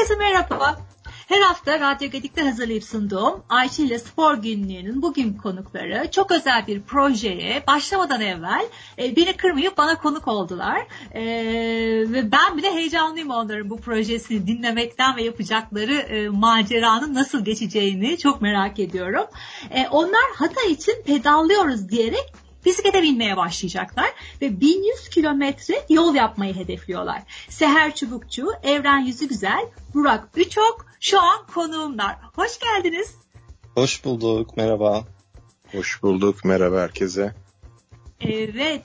Herkese merhaba. Her hafta Radyo Gedik'te hazırlayıp sunduğum Ayşe ile Spor Günlüğü'nün bugün konukları çok özel bir projeye başlamadan evvel beni kırmayıp bana konuk oldular. Ve ben bile heyecanlıyım onların bu projesini dinlemekten ve yapacakları maceranın nasıl geçeceğini çok merak ediyorum. Onlar Hatay için pedallıyoruz diyerek bisiklete binmeye başlayacaklar ve 1100 kilometre yol yapmayı hedefliyorlar. Seher Çubukçu, Evren Yüzügüzel, Burak Üçok şu an konuğumlar. Hoş geldiniz. Hoş bulduk, merhaba. Hoş bulduk, merhaba herkese. Evet,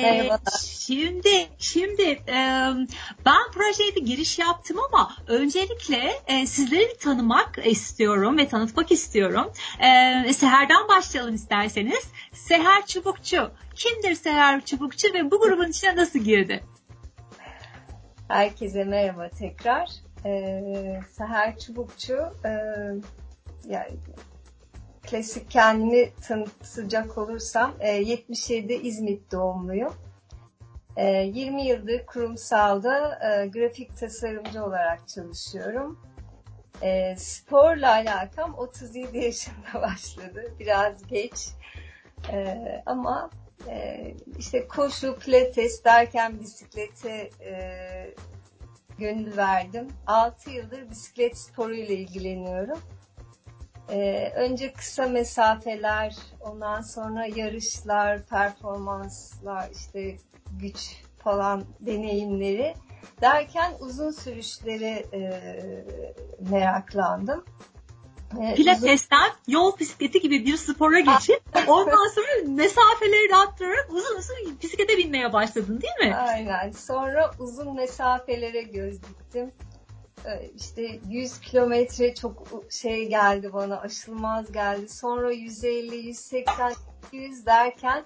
şimdi ben projeye bir giriş yaptım ama öncelikle sizleri bir tanımak istiyorum ve tanıtmak istiyorum. Seher'den başlayalım isterseniz. Seher Çubukçu, kimdir Seher Çubukçu ve bu grubun içine nasıl girdi? Herkese merhaba tekrar. Seher Çubukçu, yani klasik kendimi tanıtacak olursam 77'de İzmit doğumluyum. 20 yıldır kurumsalda grafik tasarımcı olarak çalışıyorum. Sporla alakam 37 yaşında başladı. Biraz geç. Ama işte koşu, pilates derken bisiklete gönül verdim. 6 yıldır bisiklet sporuyla ilgileniyorum. Önce kısa mesafeler, ondan sonra yarışlar, performanslar, işte güç falan deneyimleri derken uzun sürüşlere meraklandım. Pilatesten yol bisikleti gibi bir spora geçip ondan sonra mesafeleri de arttırarak uzun bisiklete binmeye başladın değil mi? Aynen. Sonra uzun mesafelere göz diktim. İşte 100 kilometre çok geldi bana, aşılmaz geldi. Sonra 150, 180, 200 derken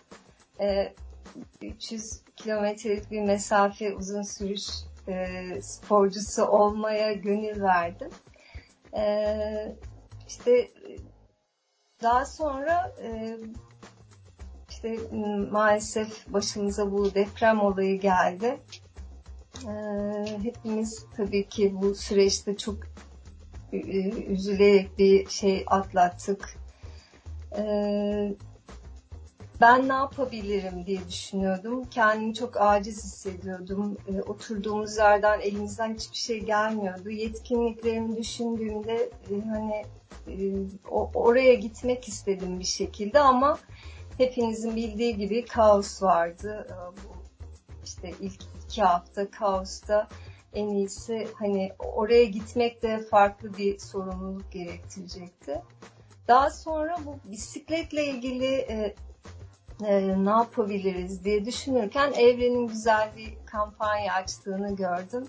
300 kilometrelik bir mesafe uzun sürüş sporcusu olmaya gönül verdim. İşte daha sonra işte maalesef başımıza bu deprem olayı geldi. Hepimiz tabii ki bu süreçte çok üzülerek bir şey atlattık. Ben ne yapabilirim diye düşünüyordum. Kendimi çok aciz hissediyordum. Oturduğumuz yerden elimizden hiçbir şey gelmiyordu. Yetkinliklerimi düşündüğümde oraya gitmek istedim bir şekilde ama hepinizin bildiği gibi kaos vardı. İşte ilk 2 hafta kaosta en iyisi oraya gitmek de farklı bir sorumluluk gerektirecekti. Daha sonra bu bisikletle ilgili ne yapabiliriz diye düşünürken Evren'in güzel bir kampanya açtığını gördüm.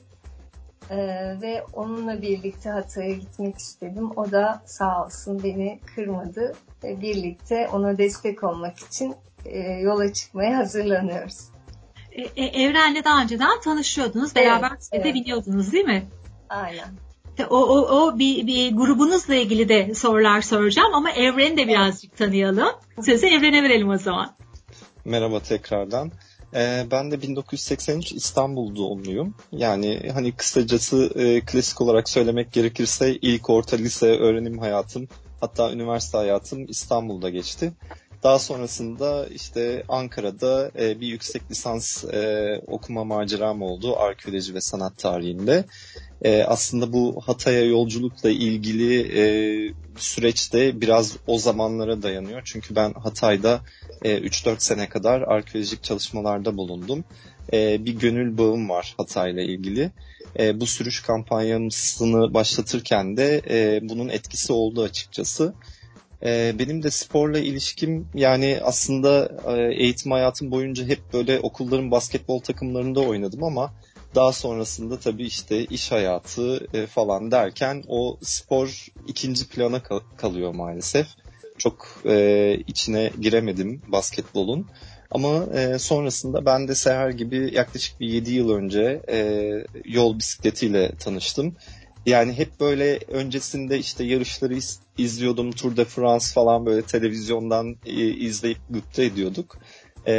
Ve onunla birlikte Hatay'a gitmek istedim. O da sağ olsun beni kırmadı. Birlikte ona destek olmak için yola çıkmaya hazırlanıyoruz. Evren'le daha önceden tanışıyordunuz. Beraber bisiklete biniyordunuz değil mi? Aynen. O bir grubunuzla ilgili de sorular soracağım ama Evren'i de birazcık tanıyalım. Sözü Evren'e verelim o zaman. Merhaba tekrardan. Ben de 1983 İstanbul doğumluyum. Yani kısacası klasik olarak söylemek gerekirse ilk orta lise öğrenim hayatım, hatta üniversite hayatım İstanbul'da geçti. Daha sonrasında işte Ankara'da bir yüksek lisans okuma maceram oldu arkeoloji ve sanat tarihinde. Aslında bu Hatay'a yolculukla ilgili süreçte biraz o zamanlara dayanıyor. Çünkü ben Hatay'da 3-4 sene kadar arkeolojik çalışmalarda bulundum. Bir gönül bağım var Hatay'la ilgili. Bu sürüş kampanyasını başlatırken de bunun etkisi oldu açıkçası. Benim de sporla ilişkim aslında eğitim hayatım boyunca hep böyle okulların basketbol takımlarında oynadım ama daha sonrasında tabii işte iş hayatı falan derken o spor ikinci plana kalıyor maalesef. Çok içine giremedim basketbolun. Ama sonrasında ben de Seher gibi yaklaşık bir 7 yıl önce yol bisikletiyle tanıştım. Yani hep böyle öncesinde işte yarışları izliyordum. Tour de France falan böyle televizyondan izleyip gıpta ediyorduk.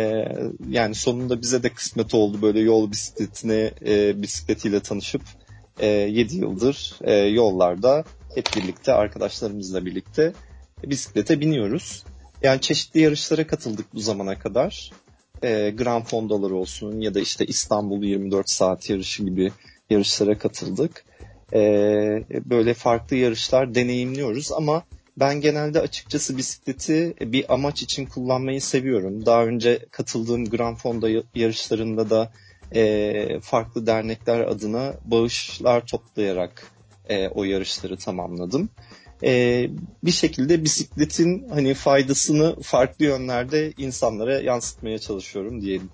Yani sonunda bize de kısmet oldu böyle yol bisikletiyle tanışıp 7 yıldır yollarda hep birlikte, arkadaşlarımızla birlikte bisiklete biniyoruz. Yani çeşitli yarışlara katıldık bu zamana kadar. Grand Fondo'lar olsun ya da işte İstanbul 24 saat yarışı gibi yarışlara katıldık. Böyle farklı yarışlar deneyimliyoruz ama ben genelde açıkçası bisikleti bir amaç için kullanmayı seviyorum. Daha önce katıldığım Grand Fondo yarışlarında da farklı dernekler adına bağışlar toplayarak o yarışları tamamladım. Bir şekilde bisikletin hani faydasını farklı yönlerde insanlara yansıtmaya çalışıyorum diyelim.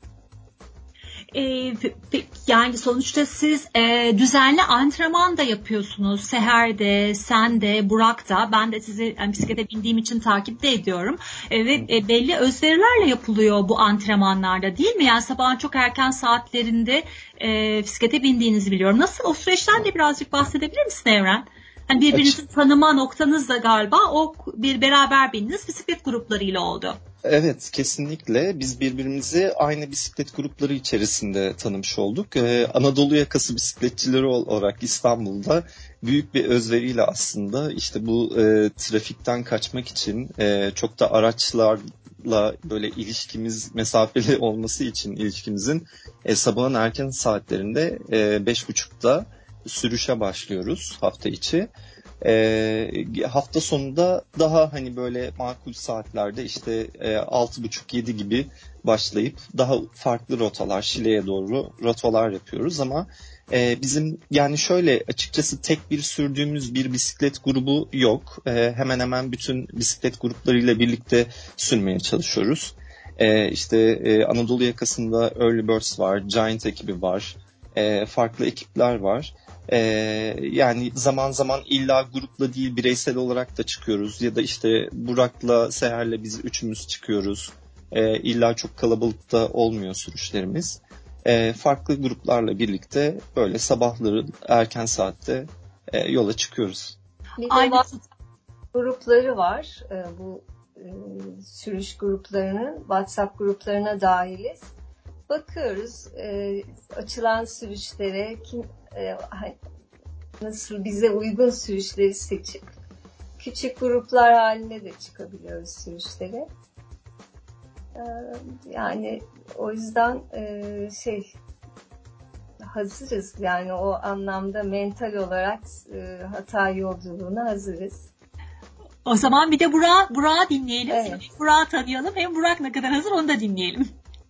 Yani sonuçta siz düzenli antrenman da yapıyorsunuz. Seher de, sen de, Burak da. Ben de sizi bisiklete bindiğim için takip de ediyorum. Ve belli özverilerle yapılıyor bu antrenmanlarda, değil mi? Yani sabahın çok erken saatlerinde bisiklete bindiğinizi biliyorum. Nasıl? O süreçten de birazcık bahsedebilir misin Evren? Hani birbirinizi tanıma noktanız da galiba o bir beraber bindiğiniz bisiklet gruplarıyla oldu. Evet, kesinlikle. Biz birbirimizi aynı bisiklet grupları içerisinde tanımış olduk. Anadolu yakası bisikletçileri olarak İstanbul'da büyük bir özveriyle aslında işte bu trafikten kaçmak için çok da araçlarla böyle ilişkimiz mesafeli olması için ilişkimizin sabahın erken saatlerinde 5.30'da sürüşe başlıyoruz hafta içi. Hafta sonunda daha hani böyle makul saatlerde işte 6.30-7 gibi başlayıp daha farklı rotalar, Şile'ye doğru rotalar yapıyoruz ama bizim yani şöyle açıkçası tek bir sürdüğümüz bir bisiklet grubu yok. Hemen hemen bütün bisiklet gruplarıyla birlikte sürmeye çalışıyoruz. İşte Anadolu yakasında Early Birds var, Giant ekibi var, farklı ekipler var. Yani zaman zaman illa grupla değil bireysel olarak da çıkıyoruz ya da işte Burak'la Seher'le biz üçümüz çıkıyoruz. İlla çok kalabalık da olmuyor sürüşlerimiz. Farklı gruplarla birlikte böyle sabahları erken saatte yola çıkıyoruz. Bir de grupları var. Bu sürüş gruplarının WhatsApp gruplarına dahiliz. Bakıyoruz açılan sürüşlere nasıl bize uygun sürüşleri seçip küçük gruplar haline de çıkabiliyoruz sürüşlere. Yani o yüzden hazırız. Yani o anlamda mental olarak Hatay yolculuğuna hazırız. O zaman bir de Burak'ı dinleyelim. Evet. Burak'ı tanıyalım. Hem Burak ne kadar hazır onu da dinleyelim.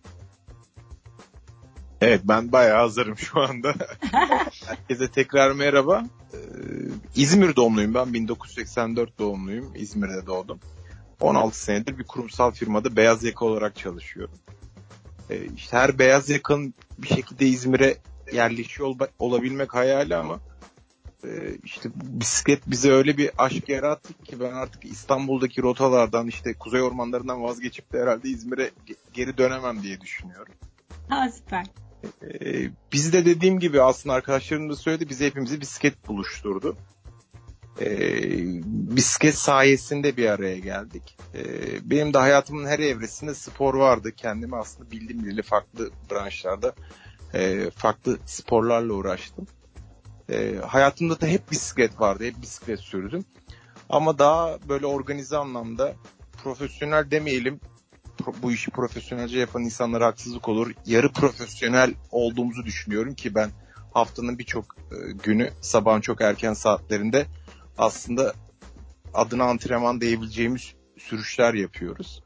Evet, ben bayağı hazırım şu anda. Herkese tekrar merhaba. İzmir doğumluyum ben. 1984 doğumluyum. İzmir'de doğdum. 16 senedir bir kurumsal firmada beyaz yaka olarak çalışıyorum. İşte her beyaz yakanın bir şekilde İzmir'e yerleşiyor olabilmek hayali ama işte bisiklet bize öyle bir aşk yarattı ki ben artık İstanbul'daki rotalardan işte kuzey ormanlarından vazgeçip de herhalde İzmir'e geri dönemem diye düşünüyorum. Ha, süper. Biz de dediğim gibi aslında arkadaşlarım da söyledi, bizi hepimizi bisiklet buluşturdu. Bisiklet sayesinde bir araya geldik. Benim de hayatımın her evresinde spor vardı. Kendimi aslında bildim bileli farklı branşlarda farklı sporlarla uğraştım. Hayatımda da hep bisiklet vardı. Hep bisiklet sürdüm. Ama daha böyle organize anlamda profesyonel demeyelim. Bu işi profesyonelce yapan insanlara haksızlık olur. Yarı profesyonel olduğumuzu düşünüyorum ki ben haftanın birçok günü sabahın çok erken saatlerinde aslında adına antrenman diyebileceğimiz sürüşler yapıyoruz.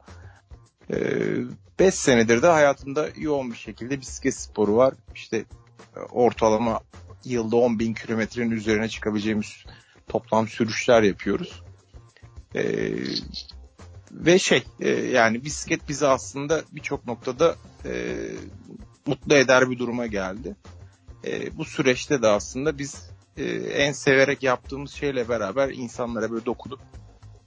5 senedir de hayatımda yoğun bir şekilde bisiklet sporu var. İşte ortalama yılda 10.000 kilometrenin üzerine çıkabileceğimiz toplam sürüşler yapıyoruz. Ve yani bisiklet bizi aslında birçok noktada mutlu eder bir duruma geldi. Bu süreçte de aslında biz en severek yaptığımız şeyle beraber insanlara böyle dokunup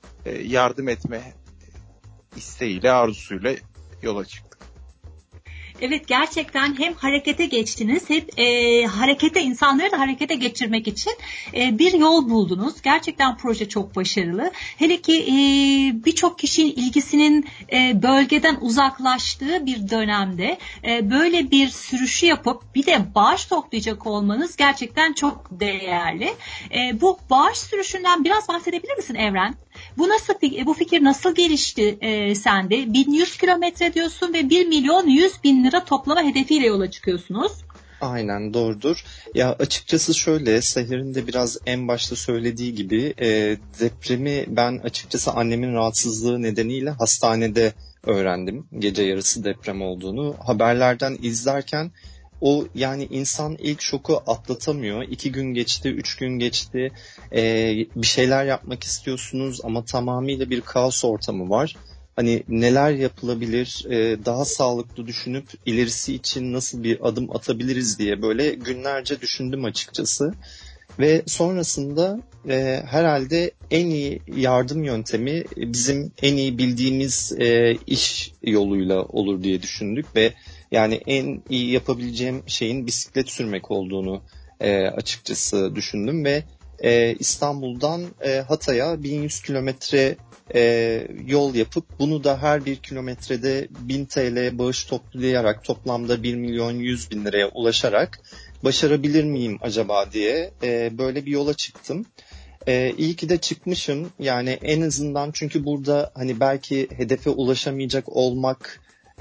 yardım etme isteğiyle, arzusuyla yola çıktık. Evet, gerçekten hem harekete geçtiniz, hep insanları da harekete geçirmek için bir yol buldunuz. Gerçekten proje çok başarılı. Hele ki birçok kişinin ilgisinin bölgeden uzaklaştığı bir dönemde böyle bir sürüşü yapıp bir de bağış toplayacak olmanız gerçekten çok değerli. Bu bağış sürüşünden biraz bahsedebilir misin Evren? Bu fikir nasıl gelişti sende? 1100 kilometre diyorsun ve 1.100.000 lira toplama hedefiyle yola çıkıyorsunuz. Aynen, doğrudur. Ya açıkçası şöyle, Seher'in de biraz en başta söylediği gibi depremi ben açıkçası annemin rahatsızlığı nedeniyle hastanede öğrendim. Gece yarısı deprem olduğunu. Haberlerden izlerken o, yani insan ilk şoku atlatamıyor. 2 gün geçti, 3 gün geçti. Bir şeyler yapmak istiyorsunuz ama tamamıyla bir kaos ortamı var. Hani neler yapılabilir, daha sağlıklı düşünüp ilerisi için nasıl bir adım atabiliriz diye böyle günlerce düşündüm açıkçası. Ve sonrasında herhalde en iyi yardım yöntemi bizim en iyi bildiğimiz iş yoluyla olur diye düşündük ve yani en iyi yapabileceğim şeyin bisiklet sürmek olduğunu açıkçası düşündüm ve İstanbul'dan Hatay'a 1100 kilometre yol yapıp bunu da her bir kilometrede 1000 TL bağış toplayarak toplamda 1.100.000 liraya ulaşarak başarabilir miyim acaba diye böyle bir yola çıktım. İyi ki de çıkmışım. Yani en azından, çünkü burada hani belki hedefe ulaşamayacak olmak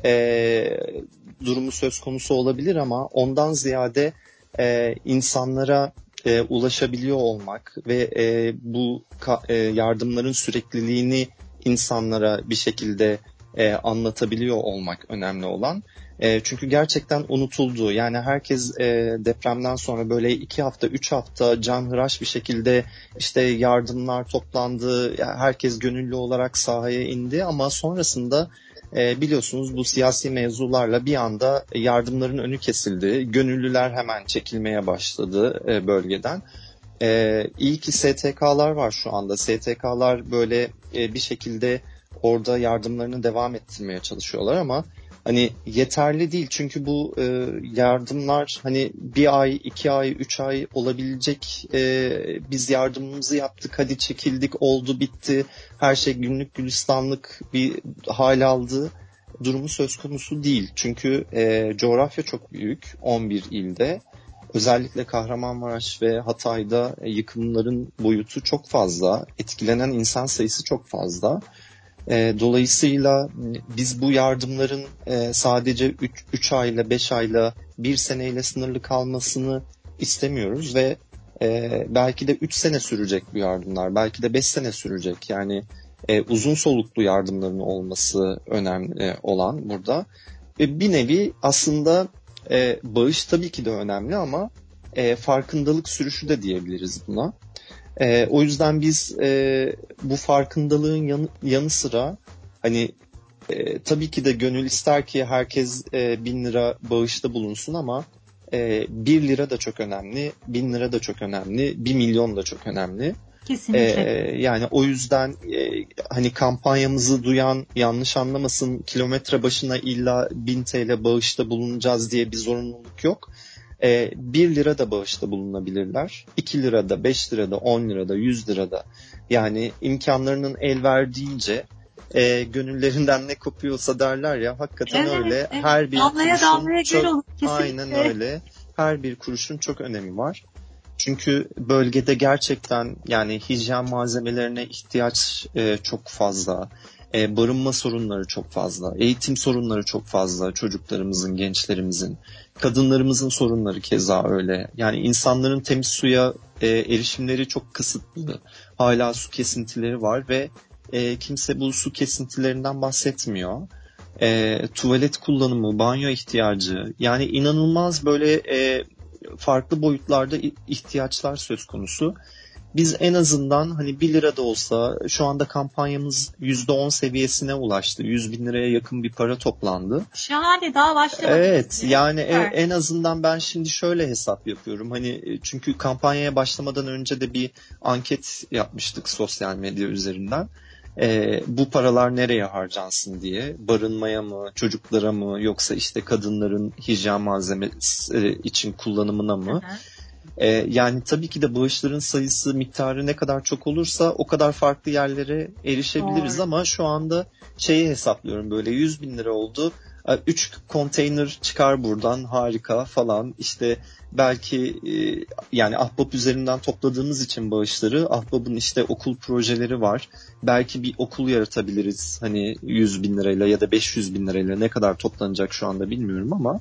durumu söz konusu olabilir ama ondan ziyade insanlara ulaşabiliyor olmak ve bu yardımların sürekliliğini insanlara bir şekilde anlatabiliyor olmak önemli olan. Çünkü gerçekten unutuldu. Yani herkes depremden sonra böyle 2 hafta, 3 hafta canhıraş bir şekilde işte yardımlar toplandı. Herkes gönüllü olarak sahaya indi ama sonrasında biliyorsunuz bu siyasi mevzularla bir anda yardımların önü kesildi. Gönüllüler hemen çekilmeye başladı bölgeden. İyi ki STK'lar var şu anda. STK'lar böyle bir şekilde orada yardımlarını devam ettirmeye çalışıyorlar ama hani yeterli değil. Çünkü bu yardımlar hani 1 ay, 2 ay, 3 ay olabilecek, biz yardımımızı yaptık, hadi çekildik, oldu, bitti, her şey günlük gülistanlık bir hal aldı durumu söz konusu değil. Çünkü coğrafya çok büyük, 11 ilde. Özellikle Kahramanmaraş ve Hatay'da yıkımların boyutu çok fazla, etkilenen insan sayısı çok fazla. Dolayısıyla biz bu yardımların sadece 3 ayla, 5 ayla, 1 seneyle sınırlı kalmasını istemiyoruz ve belki de 3 sene sürecek bu yardımlar, belki de 5 sene sürecek. Yani uzun soluklu yardımların olması önemli olan burada. Bir nevi aslında bağış tabii ki de önemli ama farkındalık sürüşü de diyebiliriz buna. O yüzden biz bu farkındalığın yanı sıra hani tabii ki de gönül ister ki herkes 1000 lira bağışta bulunsun ama 1 lira da çok önemli, 1000 lira da çok önemli, 1 milyon da çok önemli. Kesinlikle. Yani o yüzden hani kampanyamızı duyan yanlış anlamasın, kilometre başına illa 1000 TL bağışta bulunacağız diye bir zorunluluk yok. 1 lira da bağışta bulunabilirler. 2 lira da, 5 lira da, 10 lira da, 100 lira da. Yani imkanlarının el verdiğince gönüllerinden ne kopuyorsa derler ya, hakikaten Evet, öyle. evet. Her bir Damlaya kuruşun damlaya göl olur. aynen Kesinlikle. öyle. Her bir kuruşun çok önemi var. Çünkü bölgede gerçekten yani hijyen malzemelerine ihtiyaç çok fazla. Barınma sorunları çok fazla. Eğitim sorunları çok fazla çocuklarımızın, gençlerimizin. Kadınlarımızın sorunları keza öyle. Yani insanların temiz suya erişimleri çok kısıtlı. Hala su kesintileri var ve kimse bu su kesintilerinden bahsetmiyor. Tuvalet kullanımı, banyo ihtiyacı, yani inanılmaz böyle farklı boyutlarda ihtiyaçlar söz konusu. Biz en azından hani 1 lira da olsa, şu anda kampanyamız %10 seviyesine ulaştı. 100.000 liraya yakın bir para toplandı. Şahane, daha başlamadınız. Evet, yani en azından ben şimdi şöyle hesap yapıyorum. Hani çünkü kampanyaya başlamadan önce de bir anket yapmıştık sosyal medya üzerinden. Bu paralar nereye harcansın diye, barınmaya mı, çocuklara mı, yoksa işte kadınların hijyen malzemesi için kullanımına mı? Yani tabii ki de bağışların sayısı, miktarı ne kadar çok olursa o kadar farklı yerlere erişebiliriz. Doğru. Ama şu anda şeyi hesaplıyorum, böyle 100.000 lira oldu. 3 konteyner çıkar buradan, harika falan. İşte belki yani Ahbap üzerinden topladığımız için bağışları, Ahbap'ın işte okul projeleri var. Belki bir okul yaratabiliriz. Hani 100.000 lirayla ya da 500.000 lirayla, ne kadar toplanacak şu anda bilmiyorum ama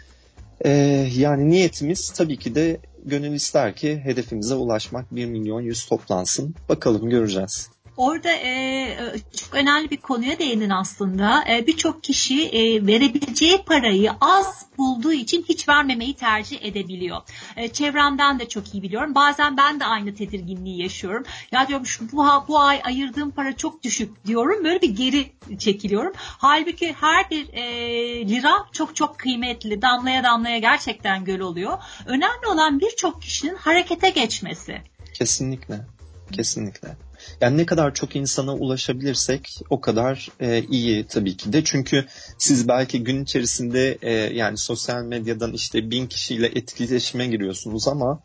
yani niyetimiz tabii ki de, gönül ister ki hedefimize ulaşmak, 1.100.000 toplansın. Bakalım, göreceğiz. Orada çok önemli bir konuya değindin aslında. Birçok kişi verebileceği parayı az bulduğu için hiç vermemeyi tercih edebiliyor. Çevremden de çok iyi biliyorum. Bazen ben de aynı tedirginliği yaşıyorum. Ya diyorum, bu ay ayırdığım para çok düşük diyorum. Böyle bir geri çekiliyorum. Halbuki her bir lira çok çok kıymetli. Damlaya damlaya gerçekten göl oluyor. Önemli olan birçok kişinin harekete geçmesi. Kesinlikle. Kesinlikle. Yani ne kadar çok insana ulaşabilirsek o kadar iyi tabii ki de. Çünkü siz belki gün içerisinde yani sosyal medyadan işte 1000 kişiyle etkileşime giriyorsunuz ama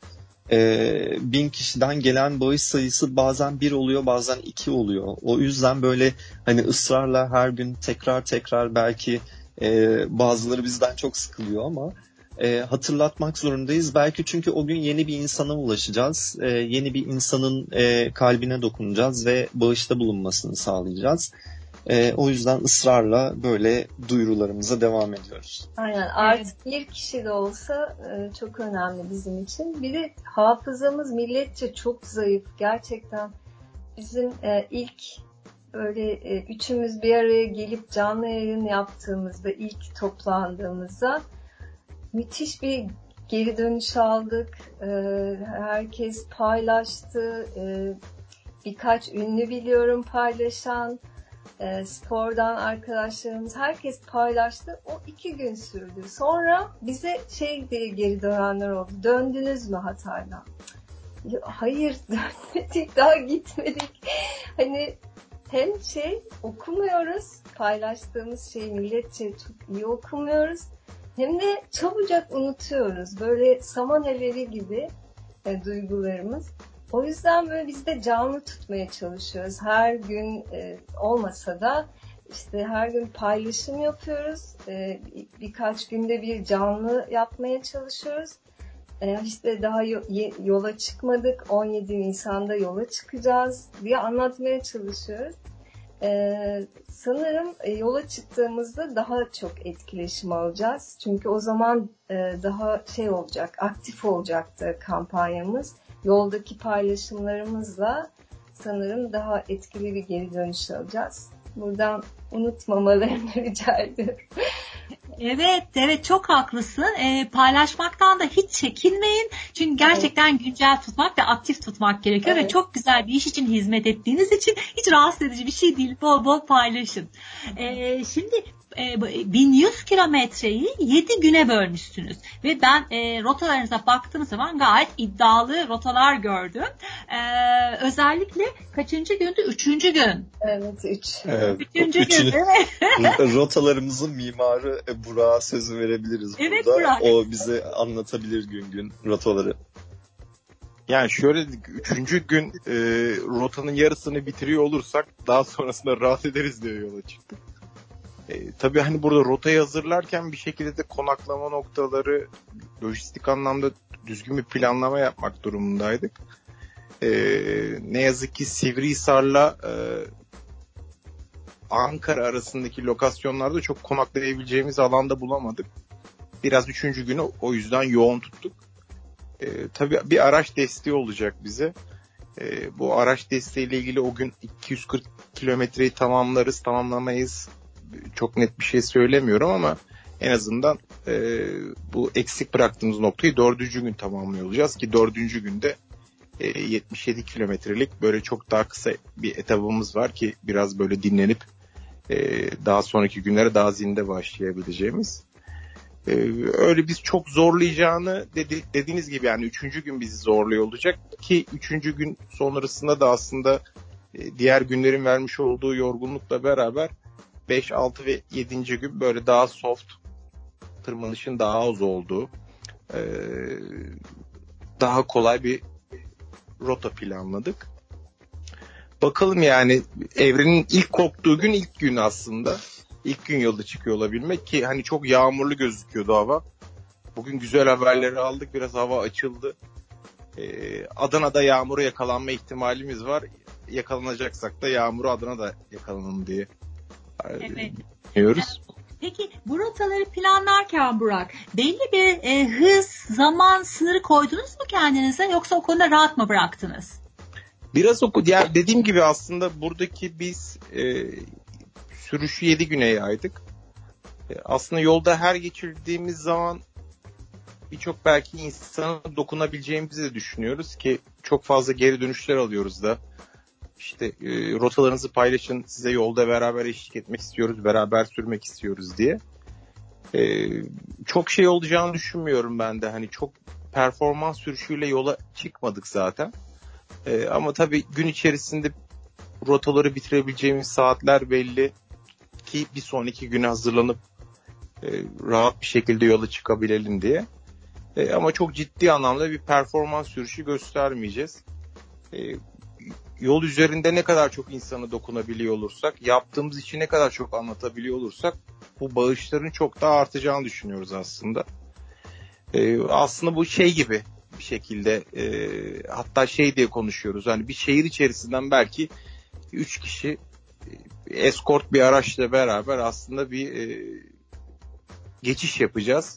1000 kişiden gelen bağış sayısı bazen 1 oluyor, bazen 2 oluyor. O yüzden böyle hani ısrarla her gün tekrar belki bazıları bizden çok sıkılıyor ama hatırlatmak zorundayız. Belki çünkü o gün yeni bir insana ulaşacağız. Yeni bir insanın kalbine dokunacağız ve bağışta bulunmasını sağlayacağız. O yüzden ısrarla böyle duyurularımıza devam ediyoruz. Aynen. Artık bir kişi de olsa çok önemli bizim için. Bir de hafızamız milletçe çok zayıf. Gerçekten bizim ilk böyle üçümüz bir araya gelip canlı yayın yaptığımızda, ilk toplandığımızda müthiş bir geri dönüş aldık. Herkes paylaştı. Birkaç ünlü biliyorum paylaşan. Spordan arkadaşlarımız, herkes paylaştı. O 2 gün sürdü. Sonra bize diye geri dönenler oldu. Döndünüz mü Hatay'dan? Hayır, dönmedik, daha gitmedik. Hani hem okumuyoruz, paylaştığımız milletçe çok iyi okumuyoruz. Hem de çabucak unutuyoruz. Böyle saman alevi gibi duygularımız. O yüzden böyle biz de canlı tutmaya çalışıyoruz. Her gün olmasa da işte her gün paylaşım yapıyoruz. Birkaç günde bir canlı yapmaya çalışıyoruz. İşte daha yola çıkmadık. 17 Nisan'da yola çıkacağız diye anlatmaya çalışıyoruz. Sanırım yola çıktığımızda daha çok etkileşim alacağız. Çünkü o zaman daha olacak, aktif olacaktı kampanyamız. Yoldaki paylaşımlarımızla sanırım daha etkili bir geri dönüş alacağız. Buradan unutmamalarını rica ediyorum. Evet, çok haklısın. Paylaşmaktan da hiç çekinmeyin. Çünkü gerçekten güncel tutmak ve aktif tutmak gerekiyor. Evet. Ve çok güzel bir iş için hizmet ettiğiniz için hiç rahatsız edici bir şey değil. Bol bol paylaşın. Şimdi 1100 kilometreyi 7 güne bölmüşsünüz. Ve ben rotalarınıza baktığım zaman gayet iddialı rotalar gördüm. Özellikle kaçıncı gündü? 3. gün. Evet, 3. Evet, 3. gün değil mi? Rotalarımızın mimarı Burak'a sözü verebiliriz burada. Evet, Burak. O bize anlatabilir gün rotaları. Yani şöyle dedik, 3. gün rotanın yarısını bitiriyor olursak daha sonrasında rahat ederiz diye yola çıktık. Tabii hani burada rotayı hazırlarken bir şekilde de konaklama noktaları, lojistik anlamda düzgün bir planlama yapmak durumundaydık. Ne yazık ki Sivrihisar'la Ankara arasındaki lokasyonlarda çok konaklayabileceğimiz alanda bulamadık. Biraz 3. günü o yüzden yoğun tuttuk. Tabii bir araç desteği olacak bize. Bu araç desteğiyle ilgili o gün 240 kilometreyi tamamlamayız. Çok net bir şey söylemiyorum ama en azından bu eksik bıraktığımız noktayı 4. gün tamamlıyor olacağız ki 4. günde 77 kilometrelik böyle çok daha kısa bir etabımız var ki biraz böyle dinlenip daha sonraki günlere daha zinde başlayabileceğimiz. Öyle biz çok zorlayacağını dediğiniz gibi yani 3. gün bizi zorluyor olacak ki 3. gün sonrasında da aslında diğer günlerin vermiş olduğu yorgunlukla beraber 5, 6 ve 7. gün böyle daha soft, tırmanışın daha az olduğu, daha kolay bir rota planladık. Bakalım yani Evren'in ilk korktuğu gün ilk gün aslında. İlk gün yolda çıkıyor olabilmek ki hani çok yağmurlu gözüküyordu hava. Bugün güzel haberleri aldık. Biraz hava açıldı. Adana'da yağmura yakalanma ihtimalimiz var. Yakalanacaksak da yağmuru Adana'da yakalanalım diye düşünüyoruz. Peki bu rotaları planlarken Burak, belli bir hız, zaman sınırı koydunuz mu kendinize, yoksa o konuda rahat mı bıraktınız? Biraz yani dediğim gibi aslında buradaki biz sürüşü 7 güne yaydık. Aslında yolda her geçirdiğimiz zaman birçok belki insana dokunabileceğimizi de düşünüyoruz ki çok fazla geri dönüşler alıyoruz da. İşte rotalarınızı paylaşın, size yolda beraber eşlik etmek istiyoruz, beraber sürmek istiyoruz diye. Çok şey olacağını düşünmüyorum ben de. Hani çok performans sürüşüyle yola çıkmadık zaten. Ama tabii gün içerisinde rotaları bitirebileceğimiz saatler belli ki bir sonraki güne hazırlanıp rahat bir şekilde yola çıkabilelim diye. Ama çok ciddi anlamda bir performans sürüşü göstermeyeceğiz. Yol üzerinde ne kadar çok insana dokunabiliyor olursak, yaptığımız işi ne kadar çok anlatabiliyor olursak bu bağışların çok daha artacağını düşünüyoruz aslında. Aslında bu şey gibi bir şekilde hatta şey diye konuşuyoruz. Hani bir şehir içerisinden belki 3 kişi eskort bir araçla beraber aslında bir geçiş yapacağız.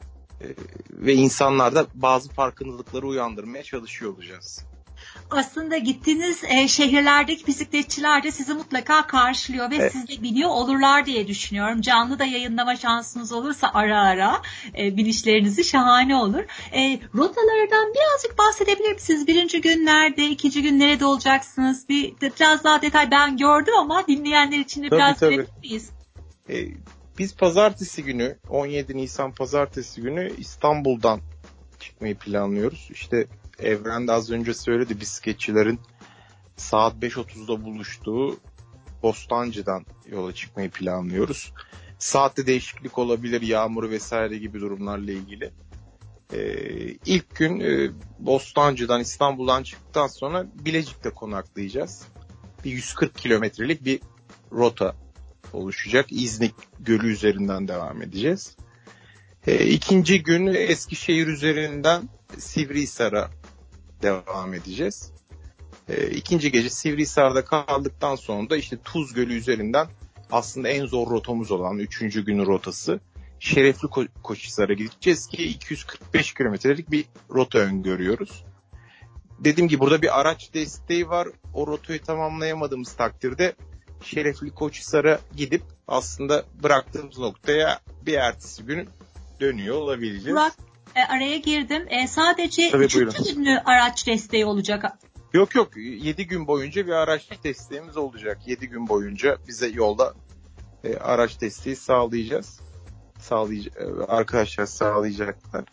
Ve insanlarda bazı farkındalıkları uyandırmaya çalışıyor olacağız. Aslında gittiğiniz şehirlerdeki bisikletçiler de sizi mutlaka karşılıyor ve siz de biliyor olurlar diye düşünüyorum. Canlı da yayınlama şansınız olursa ara ara binişlerinizi şahane olur. Rotalardan birazcık bahsedebilir misiniz? Birinci gün nerede, ikinci gün nerede olacaksınız? Biraz daha detay ben gördüm ama dinleyenler için de biraz verebilir miyiz? Biz pazartesi günü, 17 Nisan pazartesi günü İstanbul'dan çıkmayı planlıyoruz. İşte Evren de az önce söyledi, bisikletçilerin saat 5.30'da buluştuğu Bostancı'dan yola çıkmayı planlıyoruz. Saatte değişiklik olabilir, yağmur vesaire gibi durumlarla ilgili. İlk gün Bostancı'dan, İstanbul'dan çıktıktan sonra Bilecik'te konaklayacağız. Bir 140 kilometrelik bir rota oluşacak. İznik Gölü üzerinden devam edeceğiz. İkinci gün Eskişehir üzerinden Sivrihisar'a devam edeceğiz. İkinci gece Sivrihisar'da kaldıktan sonra da işte Tuz Gölü üzerinden aslında en zor rotamız olan 3. günün rotası Şerefli Koçhisar'a gideceğiz ki 245 kilometrelik bir rota öngörüyoruz. Dediğim gibi burada bir araç desteği var. O rotayı tamamlayamadığımız takdirde Şerefli Koçhisar'a gidip aslında bıraktığımız noktaya bir ertesi gün dönüyor olabileceğiz. Burak, araya girdim. Sadece Tabii, 3. günlü araç desteği olacak. Yok 7 gün boyunca bir araç desteğimiz olacak. 7 gün boyunca bize yolda araç desteği sağlayacağız. Arkadaşlar sağlayacaklar.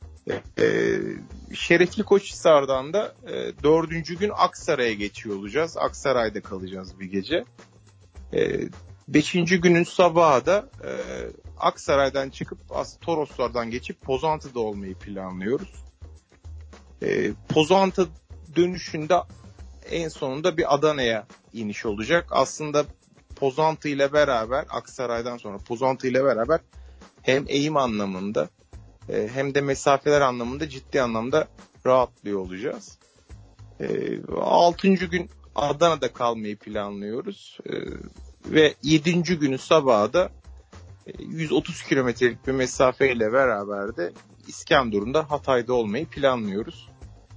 Şerefli Koçhisar'dan da 4. gün Aksaray'a geçiyor olacağız. Aksaray'da kalacağız bir gece. 5. günün sabahı da Aksaray'dan çıkıp Toroslardan geçip Pozantı'da olmayı planlıyoruz. Pozantı dönüşünde en sonunda bir Adana'ya iniş olacak. Aslında Pozantı ile beraber, Aksaray'dan sonra Pozantı ile beraber hem eğim anlamında hem de mesafeler anlamında ciddi anlamda rahatlıyor olacağız. 6. gün Adana'da kalmayı planlıyoruz. Ve 7. günün sabahı da 130 kilometrelik bir mesafeyle beraber de İskenderun'da, Hatay'da olmayı planlıyoruz.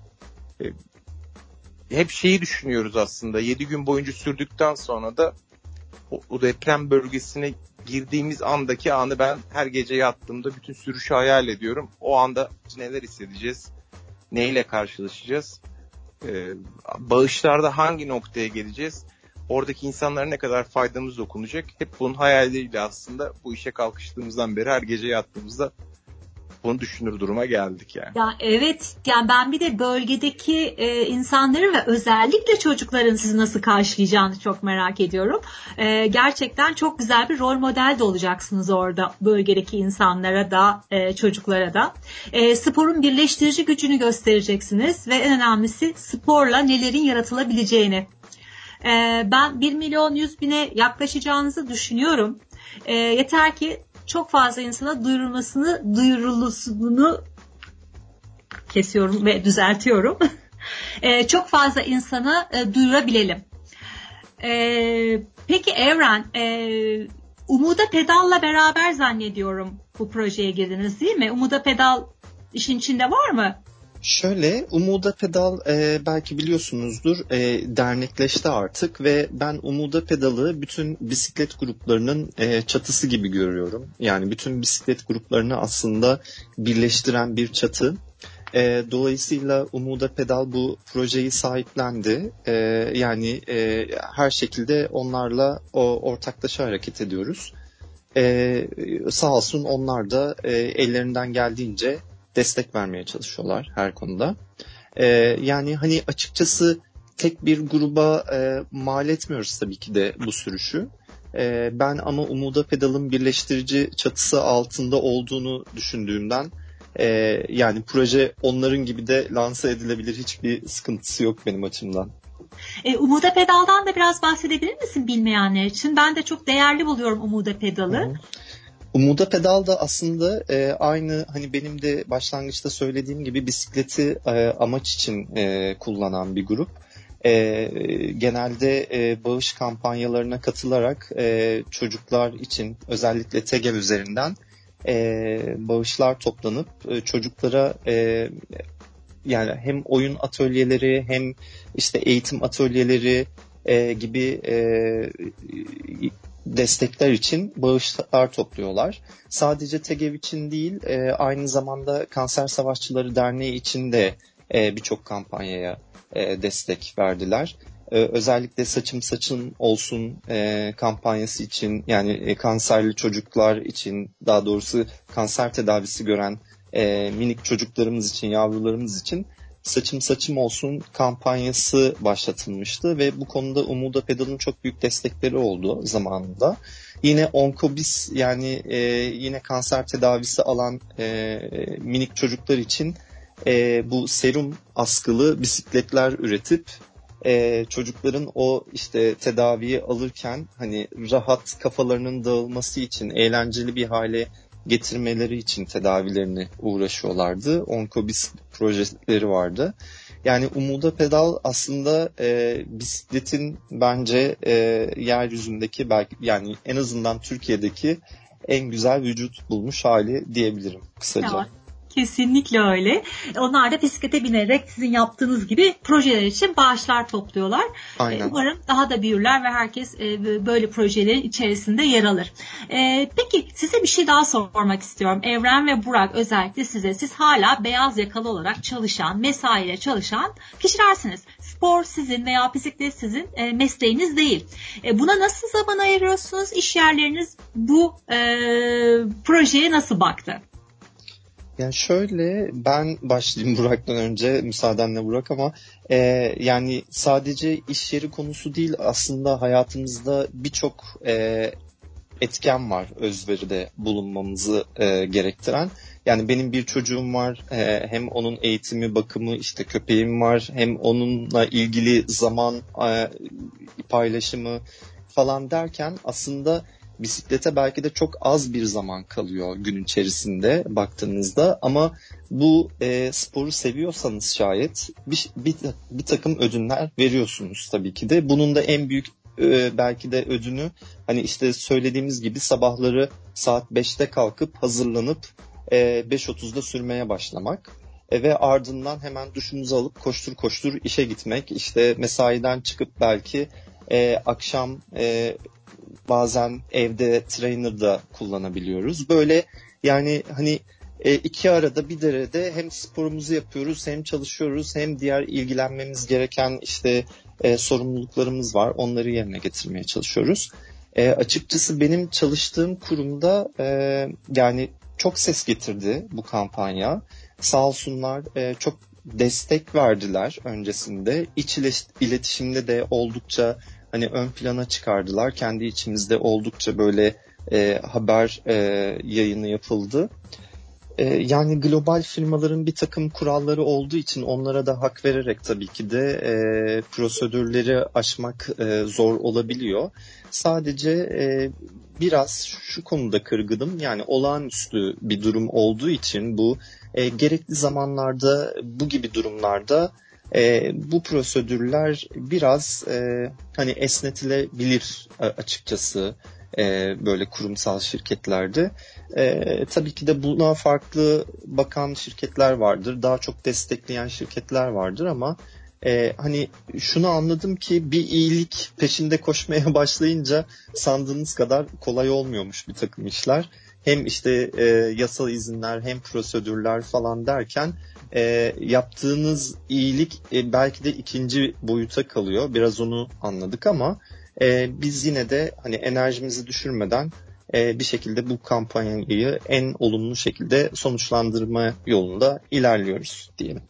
Hep şeyi düşünüyoruz aslında. 7 gün boyunca sürdükten sonra da o deprem bölgesine girdiğimiz andaki anı ben her gece yattığımda bütün sürüşü hayal ediyorum. O anda neler hissedeceğiz? Neyle karşılaşacağız? Bağışlarda hangi noktaya geleceğiz? Oradaki insanlara ne kadar faydamız dokunacak? Hep bunun hayalleriyle aslında bu işe kalkıştığımızdan beri her gece yattığımızda bunu düşünür duruma geldik yani. Ya evet, yani ben bir de bölgedeki insanları ve özellikle çocukların sizi nasıl karşılayacağını çok merak ediyorum. Gerçekten çok güzel bir rol model de olacaksınız orada, bölgedeki insanlara da çocuklara da. Sporun birleştirici gücünü göstereceksiniz ve en önemlisi sporla nelerin yaratılabileceğini. Ben 1.100.000'e yaklaşacağınızı düşünüyorum. Yeter ki çok fazla insana duyurulusunu kesiyorum ve düzeltiyorum. Çok fazla insana duyurabilelim. Peki Evren, Umuda Pedal'la beraber zannediyorum bu projeye girdiniz, değil mi? Umuda Pedal işin içinde var mı? Şöyle, Umuda Pedal belki biliyorsunuzdur, dernekleşti artık ve ben Umuda Pedal'ı bütün bisiklet gruplarının çatısı gibi görüyorum. Yani bütün bisiklet gruplarını aslında birleştiren bir çatı. Dolayısıyla Umuda Pedal bu projeyi sahiplendi. Yani her şekilde onlarla ortaklaşa hareket ediyoruz. Sağ olsun onlar da ellerinden geldiğince destek vermeye çalışıyorlar her konuda. Yani hani açıkçası tek bir gruba mal etmiyoruz tabii ki de bu sürüşü. Ben ama Umuda Pedal'ın birleştirici çatısı altında olduğunu düşündüğümden yani proje onların gibi de lanse edilebilir, hiçbir sıkıntısı yok benim açımdan. Umuda Pedal'dan da biraz bahsedebilir misin bilmeyenler için? Ben de çok değerli buluyorum Umuda Pedal'ı. Hı-hı. Umuda Pedal da aslında aynı hani benim de başlangıçta söylediğim gibi bisikleti amaç için kullanan bir grup. Genelde bağış kampanyalarına katılarak çocuklar için özellikle TEGEV üzerinden bağışlar toplanıp çocuklara yani hem oyun atölyeleri hem işte eğitim atölyeleri gibi destekler için bağışlar topluyorlar. Sadece TEGEV için değil, aynı zamanda Kanser Savaşçıları Derneği için de birçok kampanyaya destek verdiler. Özellikle Saçım Saçın Olsun kampanyası için, yani kanserli çocuklar için, daha doğrusu kanser tedavisi gören minik çocuklarımız için, yavrularımız için Saçım Saçım Olsun kampanyası başlatılmıştı ve bu konuda Umuda Pedal'ın çok büyük destekleri oldu zamanında. Yine Onkobis, yani yine kanser tedavisi alan minik çocuklar için bu serum askılı bisikletler üretip çocukların o işte tedaviyi alırken hani rahat kafalarının dağılması için, eğlenceli bir hale getirmeleri için tedavilerini uğraşıyorlardı. Onkobis projeleri vardı. Yani Umuda Pedal aslında bisikletin bence yeryüzündeki, belki yani en azından Türkiye'deki en güzel vücut bulmuş hali diyebilirim kısaca. Ya, kesinlikle öyle. Onlar da bisiklete binerek sizin yaptığınız gibi projeler için bağışlar topluyorlar. Aynen. Umarım daha da büyürler ve herkes böyle projelerin içerisinde yer alır. Peki size bir şey daha sormak istiyorum. Evren ve Burak, özellikle size. Siz hala beyaz yakalı olarak çalışan, mesaiyle çalışan kişilersiniz. Spor sizin veya bisiklet sizin mesleğiniz değil. Buna nasıl zaman ayırıyorsunuz? İş yerleriniz bu projeye nasıl baktı? Yani şöyle, ben başlayayım Burak'tan önce, müsaadenle Burak, ama yani sadece iş yeri konusu değil, aslında hayatımızda birçok etken var özveride bulunmamızı gerektiren. Yani benim bir çocuğum var, hem onun eğitimi, bakımı, işte köpeğim var, hem onunla ilgili zaman paylaşımı falan derken aslında bisiklete belki de çok az bir zaman kalıyor gün içerisinde baktığınızda, ama bu sporu seviyorsanız şayet bir takım ödünler veriyorsunuz tabii ki de. Bunun da en büyük belki de ödünü, hani işte söylediğimiz gibi sabahları saat 5'te kalkıp hazırlanıp 5.30'da sürmeye başlamak ve ardından hemen duşumuzu alıp koştur koştur işe gitmek, işte mesaiden çıkıp belki akşam bazen evde trainer da kullanabiliyoruz. Böyle yani hani iki arada bir derede hem sporumuzu yapıyoruz, hem çalışıyoruz, hem diğer ilgilenmemiz gereken işte sorumluluklarımız var. Onları yerine getirmeye çalışıyoruz. Açıkçası benim çalıştığım kurumda yani çok ses getirdi bu kampanya. Sağ olsunlar çok destek verdiler öncesinde. İç iletişimde de oldukça hani ön plana çıkardılar. Kendi içimizde oldukça böyle haber yayını yapıldı. Yani global firmaların bir takım kuralları olduğu için onlara da hak vererek tabii ki de prosedürleri aşmak zor olabiliyor. Sadece biraz şu konuda kırgınım. Yani olağanüstü bir durum olduğu için bu gerekli zamanlarda bu gibi durumlarda bu prosedürler biraz hani esnetilebilir açıkçası böyle kurumsal şirketlerde. Tabii ki de buna farklı bakan şirketler vardır. Daha çok destekleyen şirketler vardır ama hani şunu anladım ki bir iyilik peşinde koşmaya başlayınca sandığınız kadar kolay olmuyormuş bir takım işler. Hem işte yasal izinler hem prosedürler falan derken yaptığınız iyilik belki de ikinci boyuta kalıyor. Biraz onu anladık ama biz yine de hani enerjimizi düşürmeden bir şekilde bu kampanyayı en olumlu şekilde sonuçlandırma yolunda ilerliyoruz diyelim.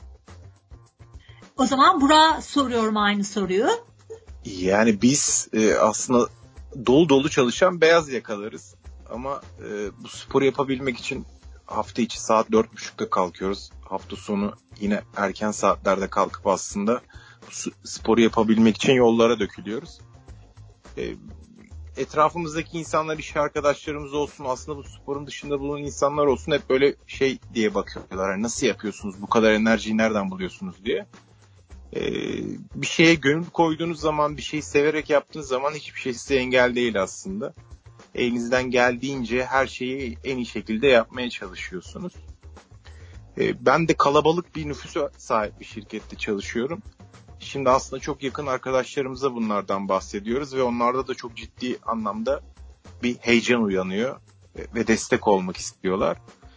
O zaman Burak'a soruyorum aynı soruyu. Yani biz aslında dolu dolu çalışan beyaz yakalarız. Ama bu sporu yapabilmek için hafta içi saat 4.30'da kalkıyoruz. Hafta sonu yine erken saatlerde kalkıp aslında bu sporu yapabilmek için yollara dökülüyoruz. Etrafımızdaki insanlar, iş arkadaşlarımız olsun, aslında bu sporun dışında bulunan insanlar olsun, hep böyle şey diye bakıyorlar. Yani nasıl yapıyorsunuz, bu kadar enerjiyi nereden buluyorsunuz diye. Bir şeye gönül koyduğunuz zaman, bir şeyi severek yaptığınız zaman hiçbir şey size engel değil aslında. Elinizden geldiğince her şeyi en iyi şekilde yapmaya çalışıyorsunuz. Ben de kalabalık bir nüfusa sahip bir şirkette çalışıyorum. Şimdi aslında çok yakın arkadaşlarımıza bunlardan bahsediyoruz ve onlarda da çok ciddi anlamda bir heyecan uyanıyor ve destek olmak istiyorlar.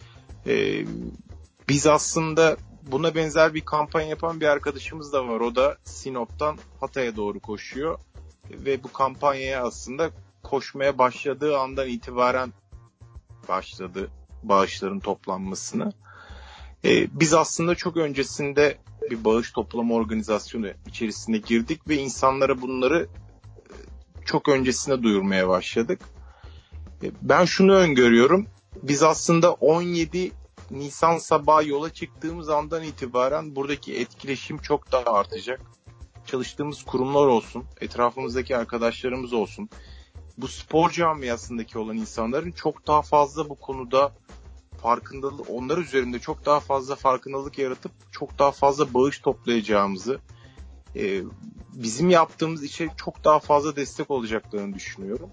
Biz aslında buna benzer bir kampanya yapan bir arkadaşımız da var. O da Sinop'tan Hatay'a doğru koşuyor ve bu kampanyaya aslında koşmaya başladığı andan itibaren başladı bağışların toplanmasını. Biz aslında çok öncesinde bir bağış toplama organizasyonu içerisine girdik ve insanlara bunları çok öncesinde duyurmaya başladık. Ben şunu öngörüyorum. Biz aslında 17 Nisan sabahı yola çıktığımız andan itibaren buradaki etkileşim çok daha artacak. Çalıştığımız kurumlar olsun, etrafımızdaki arkadaşlarımız olsun, bu spor camiasındaki olan insanların çok daha fazla bu konuda farkındalık, onlar üzerinde çok daha fazla farkındalık yaratıp çok daha fazla bağış toplayacağımızı, bizim yaptığımız işe çok daha fazla destek olacaklarını düşünüyorum.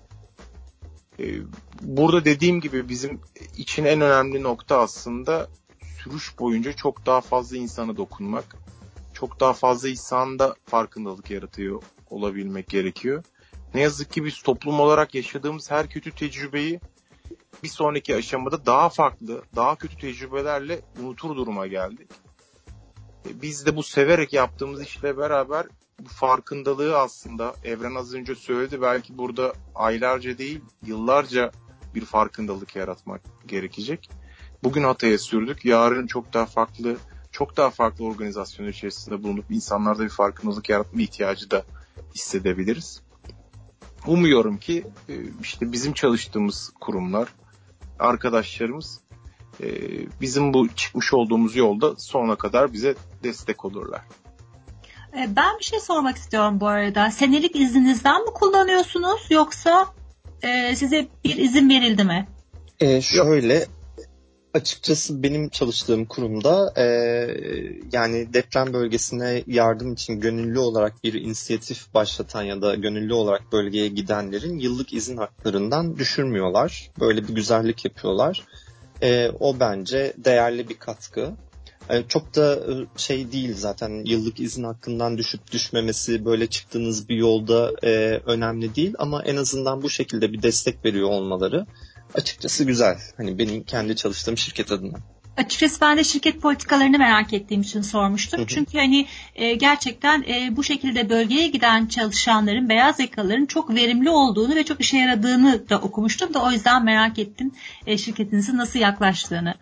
Burada dediğim gibi bizim için en önemli nokta aslında sürüş boyunca çok daha fazla insana dokunmak, çok daha fazla insanda farkındalık yaratıyor olabilmek gerekiyor. Ne yazık ki biz toplum olarak yaşadığımız her kötü tecrübeyi bir sonraki aşamada daha farklı, daha kötü tecrübelerle unutur duruma geldik. Biz de bu severek yaptığımız işle beraber bu farkındalığı aslında Evren az önce söyledi, belki burada aylarca değil yıllarca bir farkındalık yaratmak gerekecek. Bugün Hatay'a sürdük, yarın çok daha farklı organizasyon içerisinde bulunup insanlarda bir farkındalık yaratma ihtiyacı da hissedebiliriz. Umuyorum ki işte bizim çalıştığımız kurumlar, arkadaşlarımız bizim bu çıkmış olduğumuz yolda sonuna kadar bize destek olurlar. Ben bir şey sormak istiyorum bu arada. Senelik izninizden mi kullanıyorsunuz yoksa size bir izin verildi mi? Şöyle açıkçası benim çalıştığım kurumda yani deprem bölgesine yardım için gönüllü olarak bir inisiyatif başlatan ya da gönüllü olarak bölgeye gidenlerin yıllık izin haklarından düşürmüyorlar. Böyle bir güzellik yapıyorlar. O bence değerli bir katkı. Çok da şey değil zaten, yıllık izin hakkından düşüp düşmemesi böyle çıktığınız bir yolda önemli değil ama en azından bu şekilde bir destek veriyor olmaları açıkçası güzel. Hani benim kendi çalıştığım şirket adına. Açıkçası ben de şirket politikalarını merak ettiğim için sormuştum. Hı hı. Çünkü hani gerçekten bu şekilde bölgeye giden çalışanların, beyaz yakalıların çok verimli olduğunu ve çok işe yaradığını da okumuştum da o yüzden merak ettim şirketinizin nasıl yaklaştığını.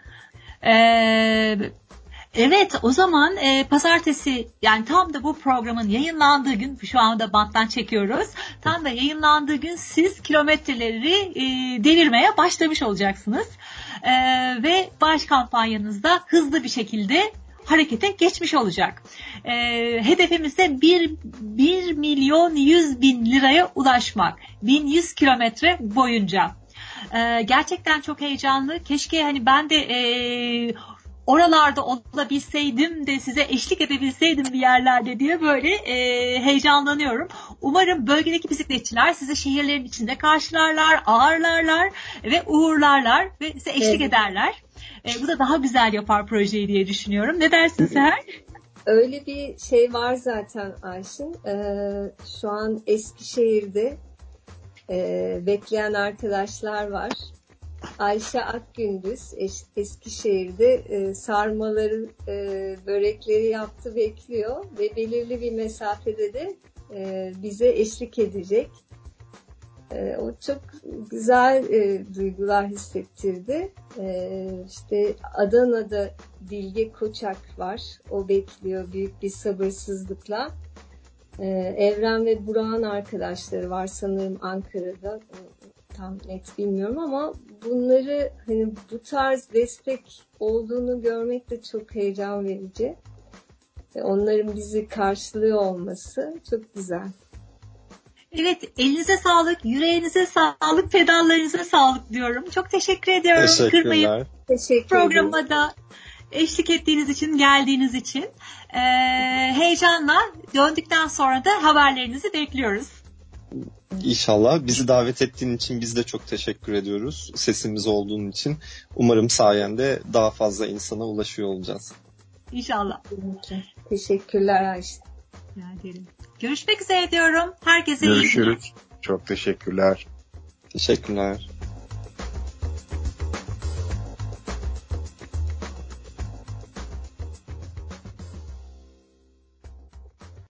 Evet, o zaman pazartesi, yani tam da bu programın yayınlandığı gün, şu anda banttan çekiyoruz, tam da yayınlandığı gün siz kilometreleri devirmeye başlamış olacaksınız. Ve bağış kampanyanızda hızlı bir şekilde harekete geçmiş olacak. Hedefimiz de 1 milyon 100 bin liraya ulaşmak. 1100 kilometre boyunca. Gerçekten çok heyecanlı. Keşke hani ben de oralarda olabilseydim de size eşlik edebilseydim bir yerlerde diye böyle heyecanlanıyorum. Umarım bölgedeki bisikletçiler sizi şehirlerin içinde karşılarlar, ağırlarlar ve uğurlarlar ve size eşlik ederler. Bu da daha güzel yapar projeyi diye düşünüyorum. Ne dersin Seher? Öyle bir şey var zaten Ayşin. Şu an Eskişehir'de bekleyen arkadaşlar var. Ayşe Akgündüz Eskişehir'de sarmaları, börekleri yaptı, bekliyor ve belirli bir mesafede de bize eşlik edecek. O çok güzel duygular hissettirdi. İşte Adana'da Bilge Koçak var. O bekliyor büyük bir sabırsızlıkla. Evren ve Burak'ın arkadaşları var sanırım Ankara'da. Tam net bilmiyorum ama bunları hani bu tarz destek olduğunu görmek de çok heyecan verici. Onların bizi karşılıyor olması çok güzel. Evet, elinize sağlık, yüreğinize sağlık, pedallarınıza sağlık diyorum. Çok teşekkür ediyorum. Teşekkürler. Programa da eşlik ettiğiniz için, geldiğiniz için. Heyecanla döndükten sonra da haberlerinizi bekliyoruz. İnşallah. Bizi davet ettiğin için biz de çok teşekkür ediyoruz. Sesimiz olduğun için. Umarım sayende daha fazla insana ulaşıyor olacağız. İnşallah. Teşekkürler Ayşe. Görüşmek üzere diyorum. Herkese görüşürüz. Çok teşekkürler. Teşekkürler.